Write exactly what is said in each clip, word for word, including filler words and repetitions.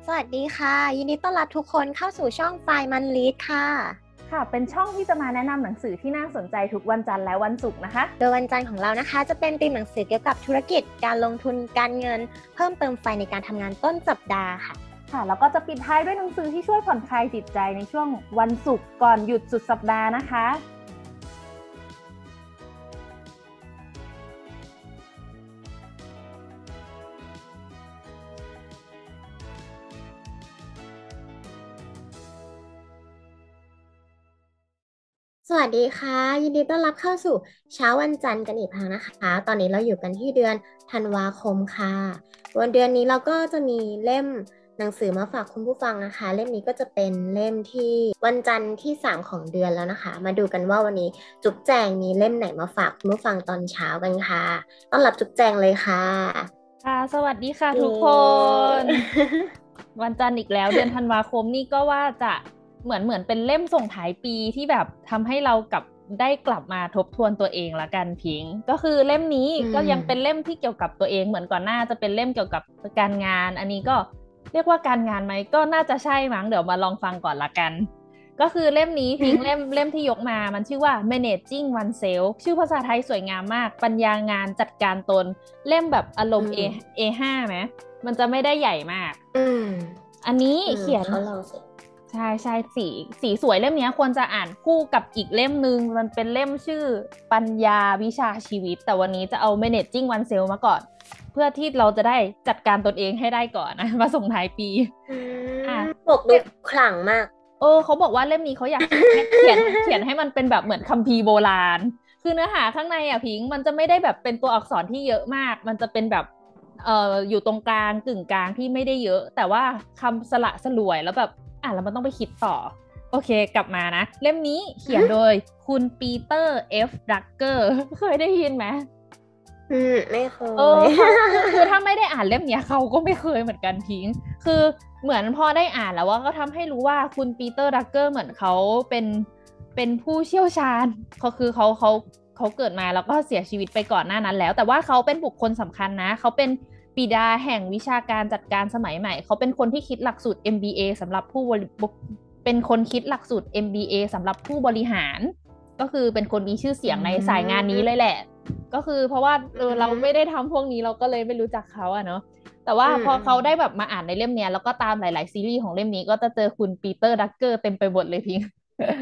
สวัสดีค่ะยินดีต้อนรับทุกคนเข้าสู่ช่องไฟมันลีดค่ะค่ะเป็นช่องที่จะมาแนะนำหนังสือที่น่าสนใจทุกวันจันทร์และวันศุกร์นะคะโดยวันจันทร์ของเรานะคะจะเป็นธีมหนังสือเกี่ยวกับธุรกิจการลงทุนการเงินเพิ่มเติมไฟในการทำงานต้นสัปดาห์ค่ะค่ะแล้วก็จะปิดท้ายด้วยหนังสือที่ช่วยผ่อนคลายจิตใจในช่วงวันศุกร์ก่อนหยุดสุดสัปดาห์นะคะสวัสดีค่ะยินดีต้อนรับเข้าสู่เช้าวันจันทร์กันอีกครั้งนะคะตอนนี้เราอยู่กันที่เดือนธันวาคมค่ะวันเดือนนี้เราก็จะมีเล่มหนังสือมาฝากคุณผู้ฟังนะคะเล่มนี้ก็จะเป็นเล่มที่วันจันทร์ที่สามของเดือนแล้วนะคะมาดูกันว่าวันนี้จุ๊บแจงมีเล่มไหนมาฝากคุณผู้ฟังตอนเช้ากันค่ะต้อนรับจุ๊บแจงเลยค่ะค่ะสวัสดีค่ะทุกคน วันจันทร์อีกแล้วเดือนธันวาคมนี่ก็ว่าจะเหมือนเหมือนเป็นเล่มส่งท้ายปีที่แบบทำให้เรากลับได้กลับมาทบทวนตัวเองละกันพิงก็คือเล่มนี้ก็ยังเป็นเล่มที่เกี่ยวกับตัวเองเหมือนก่อนหน้าจะเป็นเล่มเกี่ยวกับการงานอันนี้ก็เรียกว่าการงานไหมก็น่าจะใช่มั้งเดี๋ยวมาลองฟังก่อนละกันก็คือเล่มนี้พิง เล่มเล่มที่ยกมามันชื่อว่า managing oneself ชื่อภาษาไทยสวยงามมากปัญญางานจัดการตนเล่มแบบอารมณ์ A เอ ห้า ไหมมันจะไม่ได้ใหญ่มากอันนี้เขียนใช่ใช่สีสีสวยเล่มนี้ควรจะอ่านคู่กับอีกเล่มนึงมันเป็นเล่มชื่อปัญญาวิชาชีวิตแต่วันนี้จะเอา managing oneself มาก่อนเพื่อที่เราจะได้จัดการตนเองให้ได้ก่อนนะมาส่งท้ายปีอ่ะปกดูขลังมากเออเขาบอกว่าเล่มนี้เขาอยากเขียนเขียนให้มันเป็นแบบเหมือนคัมภีร์โบราณคือเนื้อหาข้างในอ่ะพิงมันจะไม่ได้แบบเป็นตัวอักษรที่เยอะมากมันจะเป็นแบบเอ่ออยู่ตรงกลางกึ่งกลางที่ไม่ได้เยอะแต่ว่าคำสละสลวยแล้วแบบอ่ะแล้วมันต้องไปคิดต่อโอเคกลับมานะเล่มนี้เขียนโดยคุณปีเตอร์ F. ดักเกอร์เคยได้ยินไหมอืมไม่เคยเออคือถ้าไม่ได้อ่านเล่มเนี้ยเขาก็ไม่เคยเหมือนกันพิงคือเหมือนพอได้อ่านแล้วว่าก็ทำให้รู้ว่าคุณปีเตอร์ดักเกอร์เหมือนเขาเป็นเป็นผู้เชี่ยวชาญเขาคือเขาเขาเขาเกิดมาแล้วก็เสียชีวิตไปก่อนหน้านั้นแล้วแต่ว่าเขาเป็นบุคคลสำคัญนะเขาเป็นบิดาแห่งวิชาการจัดการสมัยใหม่เขาเป็นคนที่คิดหลักสูตร เอ็ม บี เอ สำหรับผู้บริเป็นคนคิดหลักสูตร เอ็ม บี เอ สำหรับผู้บริหารก็คือเป็นคนมีชื่อเสียงในสายงานนี้เลยแหละก็คือเพราะว่าเออเราไม่ได้ทำพวกนี้เราก็เลยไม่รู้จักเขาอะเนาะแต่ว่าพอเขาได้แบบมาอ่านในเล่มเนี้ยแล้วก็ตามหลายๆซีรีส์ของเล่มนี้ก็จะเจอคุณปีเตอร์ดักเกอร์เต็มไปหมดเลยพิง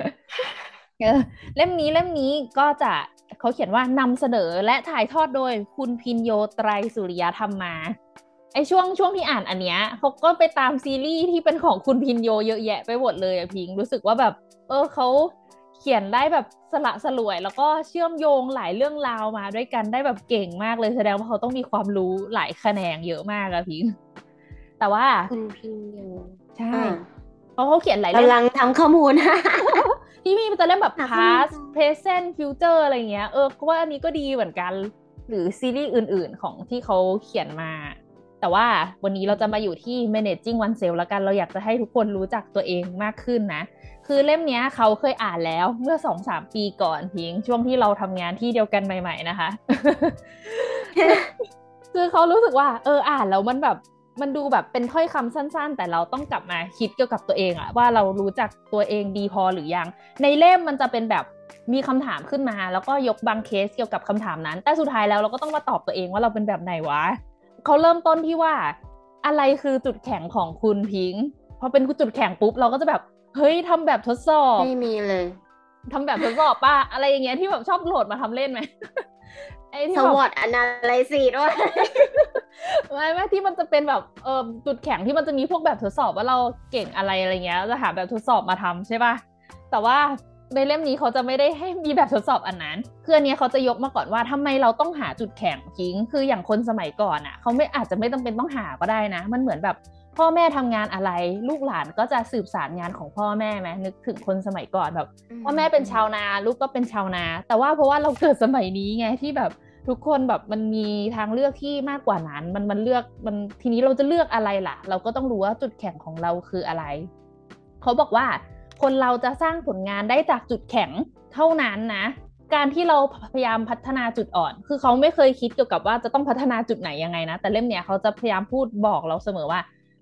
เล่มนี้เล่มนี้ก็จะเขาเขียนว่านำเสนอและถ่ายทอดโดยคุณพินโยไตรสุริยธรรมมาไอช่วงช่วงที่อ่านอันเนี้ยเขาก็ไปตามซีรีส์ที่เป็นของคุณพินโยเยอะแยะไปหมดเลยอะพิงรู้สึกว่าแบบเออเขาเขียนได้แบบสละสลวยแล้วก็เชื่อมโยงหลายเรื่องราวมาด้วยกันได้แบบเก่งมากเลยแสดงว่าเขาต้องมีความรู้หลายแขนงเยอะมากอะพิงแต่ว่าคุณพินโยใช่เพราะเขาเขียนหลายเล่มกำลังทำข้อมูลที่มีมันจะเล่มแบบ past present future อะไรเงี้ยเออก็ว่าอันนี้ก็ดีเหมือนกันหรือซีรีส์อื่นๆของที่เขาเขียนมาแต่ว่าวันนี้เราจะมาอยู่ที่ managing oneself แล้วกันเราอยากจะให้ทุกคนรู้จักตัวเองมากขึ้นนะคือเล่มนี้เขาเคยอ่านแล้วเมื่อ สองถึงสาม ปีก่อนพิงช่วงที่เราทำงานที่เดียวกันใหม่ๆนะคะ คือเขารู้สึกว่าเอออ่านแล้วมันแบบมันดูแบบเป็นถ้อยคำสั้นๆแต่เราต้องกลับมาคิดเกี่ยวกับตัวเองอะว่าเรารู้จักตัวเองดีพอหรือยังในเล่มมันจะเป็นแบบมีคำถามขึ้นมาแล้วก็ยกบางเคสเกี่ยวกับคำถามนั้นแต่สุดท้ายแล้วเราก็ต้องมาตอบตัวเองว่าเราเป็นแบบไหนวะเขาเริ่มต้นที่ว่าอะไรคือจุดแข็งของคุณพิงค์พอเป็นจุดแข็งปุ๊บเราก็จะแบบเฮ้ยทำแบบทดสอบไม่มีเลยทำแบบทดสอบป่ะอะไรอย่างเงี้ยที่แบบชอบโหลดมาทำเล่นไหมสวอตอนาลิซิสด้วยไม่ไม่ที่มันจะเป็นแบบเออจุดแข็งที่มันจะมีพวกแบบทดสอบว่าเราเก่งอะไรอะไรเงี้ยจะหาแบบทดสอบมาทำใช่ป่ะแต่ว่าในเล่มนี้เขาจะไม่ได้ให้มีแบบทดสอบอันนั้นคืออันนี้เขาจะยกมาก่อนว่าทำไมเราต้องหาจุดแข็งทิ้งคืออย่างคนสมัยก่อนอ่ะเขาไม่อาจจะไม่จำเป็นต้องหาก็ได้นะมันเหมือนแบบพ่อแม่ทำงานอะไรลูกหลานก็จะสืบสารงานของพ่อแม่ไหมนึกถึงคนสมัยก่อนแบบพ่อแม่เป็นชาวนาลูกก็เป็นชาวนาแต่ว่าเพราะว่าเราเกิดสมัยนี้ไงที่แบบทุกคนแบบมันมีทางเลือกที่มากกว่านั้นมันมันเลือกมันทีนี้เราจะเลือกอะไรล่ะเราก็ต้องรู้ว่าจุดแข็งของเราคืออะไรเขาบอกว่าคนเราจะสร้างผลงานได้จากจุดแข็งเท่านั้นนะการที่เราพยายามพัฒนาจุดอ่อนคือเขาไม่เคยคิดเกี่ยวกับว่าจะต้องพัฒนาจุดไหนยังไงนะแต่เล่มเนี้ยเขาจะพยายามพูดบอกเราเสมอว่า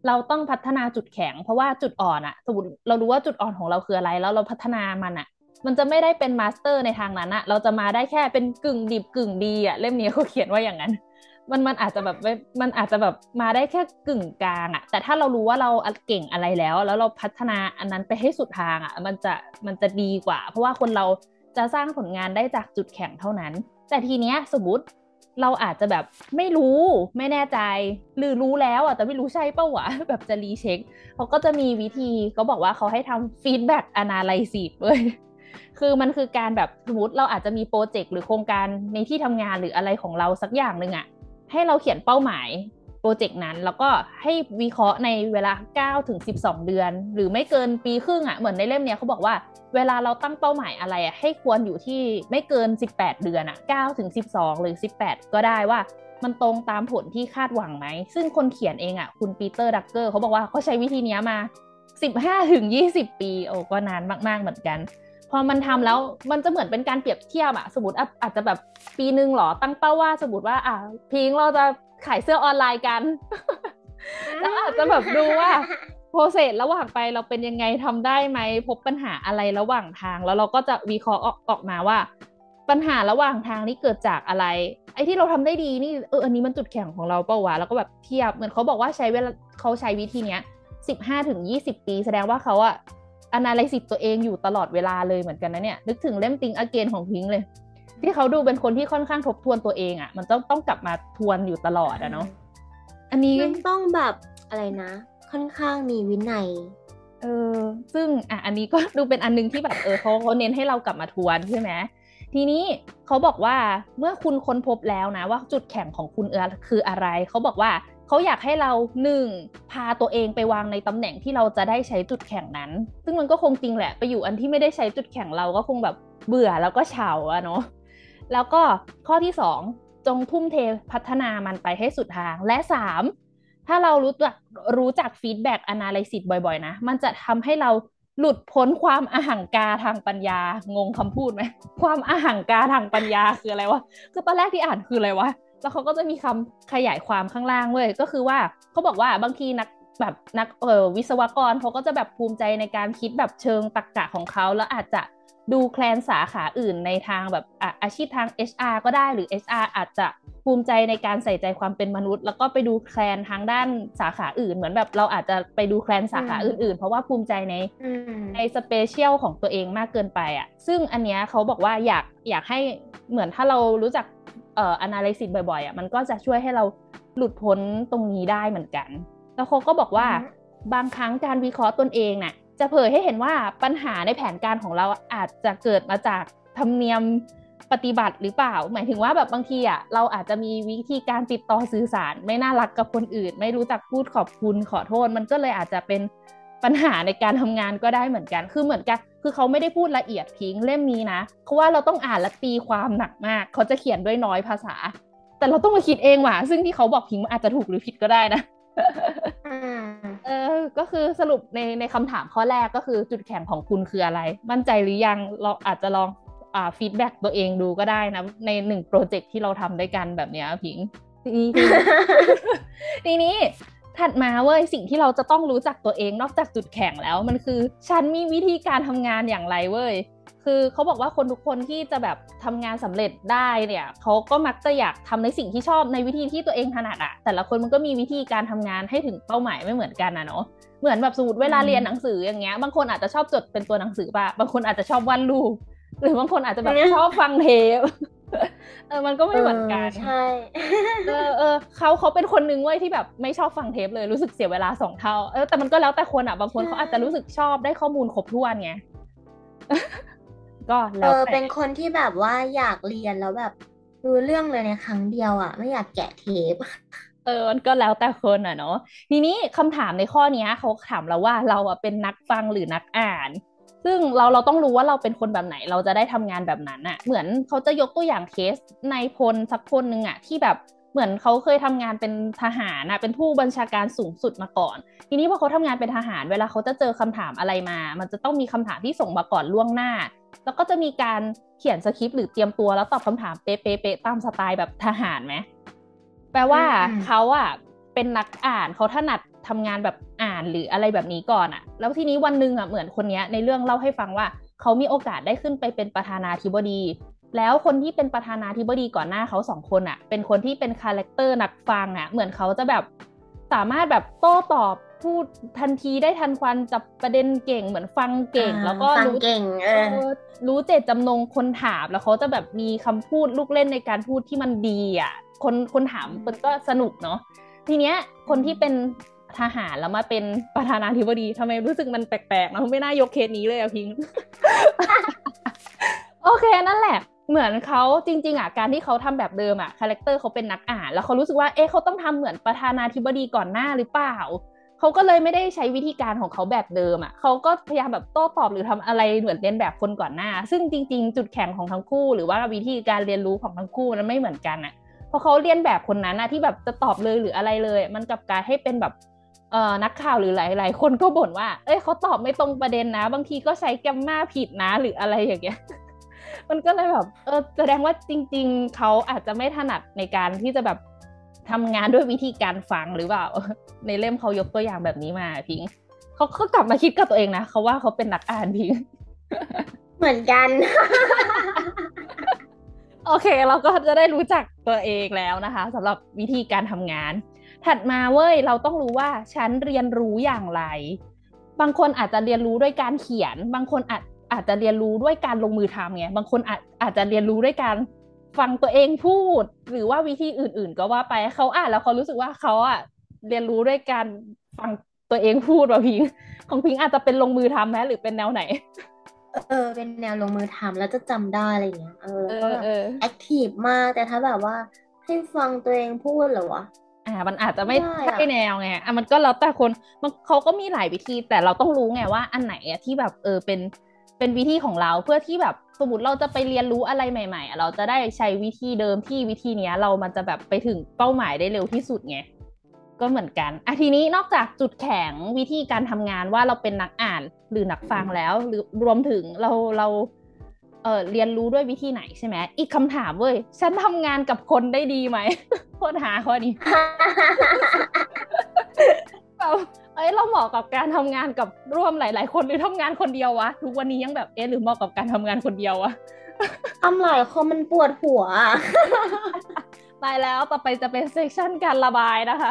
เราต้องพัฒนาจุดแข็งเพราะว่าจุดอ่อนอะสมมติเรารู้ว่าจุดอ่อนของเราคืออะไรแล้วเราพัฒนามันอะมันจะไม่ได้เป็นมาสเตอร์ในทางนั้นอะเราจะมาได้แค่เป็นกึ่งดิบกึ่งดีอะเล่มนี้เขาเขียนว่าอย่างนั้นมันมันอาจจะแบบมันอาจจะแบบมาได้แค่กึ่งกลางอะแต่ถ้าเรารู้ว่าเราเก่งอะไรแล้วแล้วเราพัฒนาอันนั้นไปให้สุดทางอะมันจะมันจะดีกว่าเพราะว่าคนเราจะสร้างผลงานได้จากจุดแข็งเท่านั้นแต่ทีเนี้ยสมมติเราอาจจะแบบไม่รู้ไม่แน่ใจหรือรู้แล้วอ่ะแต่ไม่รู้ใช่เปล่าวะแบบจะรีเช็คเขาก็จะมีวิธีเขาบอกว่าเขาให้ทำฟีดแบ็กแอนาลิซิสด้วยคือมันคือการแบบสมมติเราอาจจะมีโปรเจกต์หรือโครงการในที่ทำงานหรืออะไรของเราสักอย่างหนึ่งอ่ะให้เราเขียนเป้าหมายโปรเจกต์นั้นแล้วก็ให้วิเคราะห์ในเวลาเก้าถึงสิบสองเดือนหรือไม่เกินปีครึ่งอ่ะเหมือนในเล่มเนี้ยเขาบอกว่าเวลาเราตั้งเป้าหมายอะไรอ่ะให้ควรอยู่ที่ไม่เกินสิบแปดเดือนอ่ะเก้าถึงสิบสองหรือสิบแปดก็ได้ว่ามันตรงตามผลที่คาดหวังไหมซึ่งคนเขียนเองอ่ะคุณปีเตอร์ดักเกอร์เขาบอกว่าเขาใช้วิธีนี้มาสิบห้าถึงยี่สิบปีโอ้ก็นานมากๆเหมือนกันพอมันทำแล้วมันจะเหมือนเป็นการเปรียบเทียบอะสมมติอาจจะแบบปีนึงหรอตั้งเป้าว่าสมมติว่าอ่ะพิงเราจะขายเสื้อออนไลน์กัน แล้วอาจจะแบบดูว่าโปรเซสระหว่างไปเราเป็นยังไงทำได้ไหมพบปัญหาอะไรระหว่างทางแล้วเราก็จะวิเคราะห์ออกออกมาว่าปัญหาระหว่างทางนี้เกิดจากอะไรไอ้ที่เราทำได้ดีนี่เอออันนี้มันจุดแข็งของเราเปล่าวะแล้วก็แบบเทียบเหมือนเขาบอกว่าใช้เวลาเขาใช้วิธีเนี้ยสิบห้าถึงยี่สิบปีแสดงว่าเขาอะ analysis ตัวเองอยู่ตลอดเวลาเลยเหมือนกันนะเนี่ยนึกถึงเล่ม Think Again ของพิงค์เลยที่เขาดูเป็นคนที่ค่อนข้างทบทวนตัวเองอะมันต้องต้องกลับมาทวนอยู่ตลอดอะเนาะอันนี้มันต้องแบบอะไรนะค่อนข้างมีวินัยเออซึ่งอ่ะอันนี้ก็ดูเป็นอันนึงที่แบบเออเขาเขาเน้นให้เรากลับมาทวนใช่ไหมทีนี้เขาบอกว่าเมื่อคุณค้นพบแล้วนะว่าจุดแข็งของคุณเออคืออะไรเขาบอกว่าเขาอยากให้เราหนึ่งพาตัวเองไปวางในตำแหน่งที่เราจะได้ใช้จุดแข็งนั้นซึ่งมันก็คงจริงแหละไปอยู่อันที่ไม่ได้ใช้จุดแข็งเราก็คงแบบเบื่อแล้วก็เฉาอะเนาะแล้วก็ข้อที่สองจงทุ่มเทพัฒนามันไปให้สุดทางและสามถ้าเรารู้จักรู้จักฟีดแบ็กแอนาลิซิสบ่อยๆนะมันจะทำให้เราหลุดพ้นความอหังการทางปัญญางงคำพูดไหมความอหังการทางปัญญาคืออะไรวะคือตอนแรกที่อ่านคืออะไรวะแล้วเขาก็จะมีคำขยายความข้างล่างเว้ยก็คือว่าเขาบอกว่าบางทีนักแบบนักเออวิศวกรเขาก็จะแบบภูมิใจในการคิดแบบเชิงตรรกะของเขาแล้วอาจจะดูแคลนสาขาอื่นในทางแบบอ่ะอาชีพทาง เอช อาร์ ก็ได้หรือ เอช อาร์ อาจจะภูมิใจในการใส่ใจความเป็นมนุษย์แล้วก็ไปดูแคลนทางด้านสาขาอื่นเหมือนแบบเราอาจจะไปดูแคลนสาขาอื่นๆเพราะว่าภูมิใจในในสเปเชียลของตัวเองมากเกินไปอ่ะซึ่งอันเนี้ยเขาบอกว่าอยากอยากให้เหมือนถ้าเรารู้จักเอ่อ analysis บ่อยๆอ่ะมันก็จะช่วยให้เราหลุดพ้นตรงนี้ได้เหมือนกันแล้วเขาก็บอกว่าบางครั้งการวิเคราะห์ตนเองน่ะจะเผยให้เห็นว่าปัญหาในแผนการของเราอาจจะเกิดมาจากธรรมเนียมปฏิบัติหรือเปล่าหมายถึงว่าแบบบางทีอ่ะเราอาจจะมีวิธีการติดต่อสื่อสารไม่น่ารักกับคนอื่นไม่รู้จักพูดขอบคุณขอโทษมันก็เลยอาจจะเป็นปัญหาในการทำงานก็ได้เหมือนกันคือเหมือนกันคือเขาไม่ได้พูดละเอียดทิ้งเล่มนี้นะเพราะว่าเราต้องอ่านและตีความหนักมากเขาจะเขียนด้วยน้อยภาษาแต่เราต้องมาคิดเองว่ะซึ่งที่เขาบอกทิ้งมันอาจจะถูกหรือผิดก็ได้นะเออก็คือสรุปในในคำถามข้อแรกก็คือจุดแข็งของคุณคืออะไรมั่นใจหรือยังเราอาจจะลองอ่าฟีดแบ็กตัวเองดูก็ได้นะในหนึ่งโปรเจกต์ที่เราทำด้วยกันแบบนี้พิงทีนี้ทีนี้ถัดมาเว้ยสิ่งที่เราจะต้องรู้จักตัวเองนอกจากจุดแข็งแล้วมันคือฉันมีวิธีการทำงานอย่างไรเว้ยคือเขาบอกว่าคนทุกคนที่จะแบบทำงานสำเร็จได้เนี่ยเขาก็มักจะอยากทำในสิ่งที่ชอบในวิธีที่ตัวเองถนัดอะแต่ละคนมันก็มีวิธีการทำงานให้ถึงเป้าหมายไม่เหมือนกันนะเนาะเหมือนแบบสมมติเวลาเรียนหนังสืออย่างเงี้ยบางคนอาจจะชอบจดเป็นตัวหนังสือป่ะบางคนอาจจะชอบวาดรูปหรือบางคนอาจจะแบบชอบฟังเทปเออมันก็ไม่เหมือนกันใช่เออเออเขาเขาเป็นคนนึงเว้ยที่แบบไม่ชอบฟังเทปเลยรู้สึกเสียเวลาสองเท่าเออแต่มันก็แล้วแต่คนอ่ะบางคนเขาอาจจะรู้สึกชอบได้ข้อมูลครบถ้วนไงก็แล้วแต่เออเป็นคนที่แบบว่าอยากเรียนแล้วแบบรู้เรื่องเลยในครั้งเดียวอ่ะไม่อยากแกะเทปเออมันก็แล้วแต่คนอ่ะเนาะทีนี้คำถามในข้อนี้เขาถามเราว่าเราอ่ะเป็นนักฟังหรือนักอ่านซึ่งเราเราต้องรู้ว่าเราเป็นคนแบบไหนเราจะได้ทำงานแบบนั้นอ่ะเหมือนเขาจะยกตัวอย่างเคสในพลสักคนหนึ่งอ่ะที่แบบเหมือนเขาเคยทำงานเป็นทหารนะเป็นผู้บัญชาการสูงสุดมาก่อนทีนี้พอเขาทำงานเป็นทหารเวลาเขาจะเจอคำถามอะไรมามันจะต้องมีคำถามที่ส่งมาก่อนล่วงหน้าแล้วก็จะมีการเขียนสคริปต์หรือเตรียมตัวแล้วตอบคำถามเป๊ะๆตามสไตล์แบบทหารไหมแปลว่าเขาอะเป็นนักอ่านเขาถนัดทำงานแบบอ่านหรืออะไรแบบนี้ก่อนอะแล้วทีนี้วันนึงอะเหมือนคนนี้ในเรื่องเล่าให้ฟังว่าเขามีโอกาสได้ขึ้นไปเป็นประธานาธิบดีแล้วคนที่เป็นประธานาธิบดีก่อนหน้าเขาสองคนอะเป็นคนที่เป็นคาแรคเตอร์นักฟังอะเหมือนเขาจะแบบสามารถแบบโต้ตอบพูดทันทีได้ทันควันจับประเด็นเก่งเหมือนฟังเก่งแล้วก็รู้เก่งเออรู้เจตจำนงคนถามแล้วเขาจะแบบมีคำพูดลูกเล่นในการพูดที่มันดีอ่ะคนคนถามมันก็สนุกเนาะทีเนี้ยคนที่เป็นทหารแล้วมาเป็นประธานาธิบดีทำไมรู้สึกมันแปลกๆนะไม่น่ายกเคสนี้เลยอะพิง โอเคนั่นแหละเหมือนเขาจริงๆอ่ะการที่เขาทำแบบเดิมอ่ะคาแรคเตอร์เขาเป็นนักอ่านแล้วเขารู้สึกว่าเอ๊ะเขาต้องทำเหมือนประธานาธิบดีก่อนหน้าหรือเปล่าเขาก็เลยไม่ได้ใช้วิธีการของเขาแบบเดิมอ่ะเขาก็พยายามแบบโต้ตอบหรือทำอะไรเหมือนเรียนแบบคนก่อนหน้าซึ่งจริงๆจุดแข็งของทั้งคู่หรือว่าวิธีการเรียนรู้ของทั้งคู่มันไม่เหมือนกันอ่ะเพราะเขาเรียนแบบคนนั้นอ่ะที่แบบจะตอบเลยหรืออะไรเลยมันกลับกลายให้เป็นแบบเอ่อนักข่าวหรือหลายๆคนก็บ่นว่าเอ้ยเขาตอบไม่ตรงประเด็นนะบางทีก็ใช้แกมมาผิดนะหรืออะไรอย่างเงี้ย มันก็เลยแบบเออแสดงว่าจริงๆเขาอาจจะไม่ถนัดในการที่จะแบบทำงานด้วยวิธีการฟังหรือเปล่าในเล่มเขายกตัวอย่างแบบนี้มาพิงเขาก็กลับมาคิดกับตัวเองนะเขาว่าเขาเป็นนักอ่านพิงเหมือนกันโอเคเราก็จะได้รู้จักตัวเองแล้วนะคะสำหรับวิธีการทำงานถัดมาเว้ยเราต้องรู้ว่าฉันเรียนรู้อย่างไรบางคนอาจจะเรียนรู้ด้วยการเขียนบางคนอาจอาจจะเรียนรู้ด้วยการลงมือทำไงบางคนอาจอาจจะเรียนรู้ด้วยการฟังตัวเองพูดหรือว่าวิธีอื่นๆก็ว่าไปเขาอ่านแล้วเขารู้สึกว่าเขาอ่ะเรียนรู้ด้วยการฟังตัวเองพูดว่ะพิงของพิงอาจจะเป็นลงมือทำไหมหรือเป็นแนวไหนเออเป็นแนวลงมือทำแล้วจะจำได้อะไรอย่างเงี้ยเออเอแล้วก็แบบอเออแอคทีฟมากแต่ถ้าแบบว่าให้ฟังตัวเองพูดเหรอวะอ่ามันอาจจะไม่ไม่ได้ใช่อ่ะแนวไงอ่ะมันก็แล้วแต่คนมันเขาก็มีหลายวิธีแต่เราต้องรู้ไงว่าอันไหนอะที่แบบเออเป็นเป็นวิธีของเราเพื่อที่แบบสมมติเราจะไปเรียนรู้อะไรใหม่ๆอะเราจะได้ใช้วิธีเดิมที่วิธีเนี้ยเรามันจะแบบไปถึงเป้าหมายได้เร็วที่สุดไงก็เหมือนกันอ่ะทีนี้นอกจากจุดแข็งวิธีการทำงานว่าเราเป็นนักอ่านหรือนักฟังแล้วหรือรวมถึงเราเราเออเรียนรู้ด้วยวิธีไหนใช่ไหมอีกคำถามเว้ยฉันทำงานกับคนได้ดีไหม โคตรหาข้อนี้ แบบเอ้ยเราเหมาะกับการทำงานกับร่วมหลายๆคนหรือทำงานคนเดียววะทุกวันนี้ยังแบบเอ๊ะหรือเหมาะกับการทำงานคนเดียววะทำหลายคนมันปวดหัวอะตายแล้วต่อไปจะเป็นเซสชันการระบายนะคะ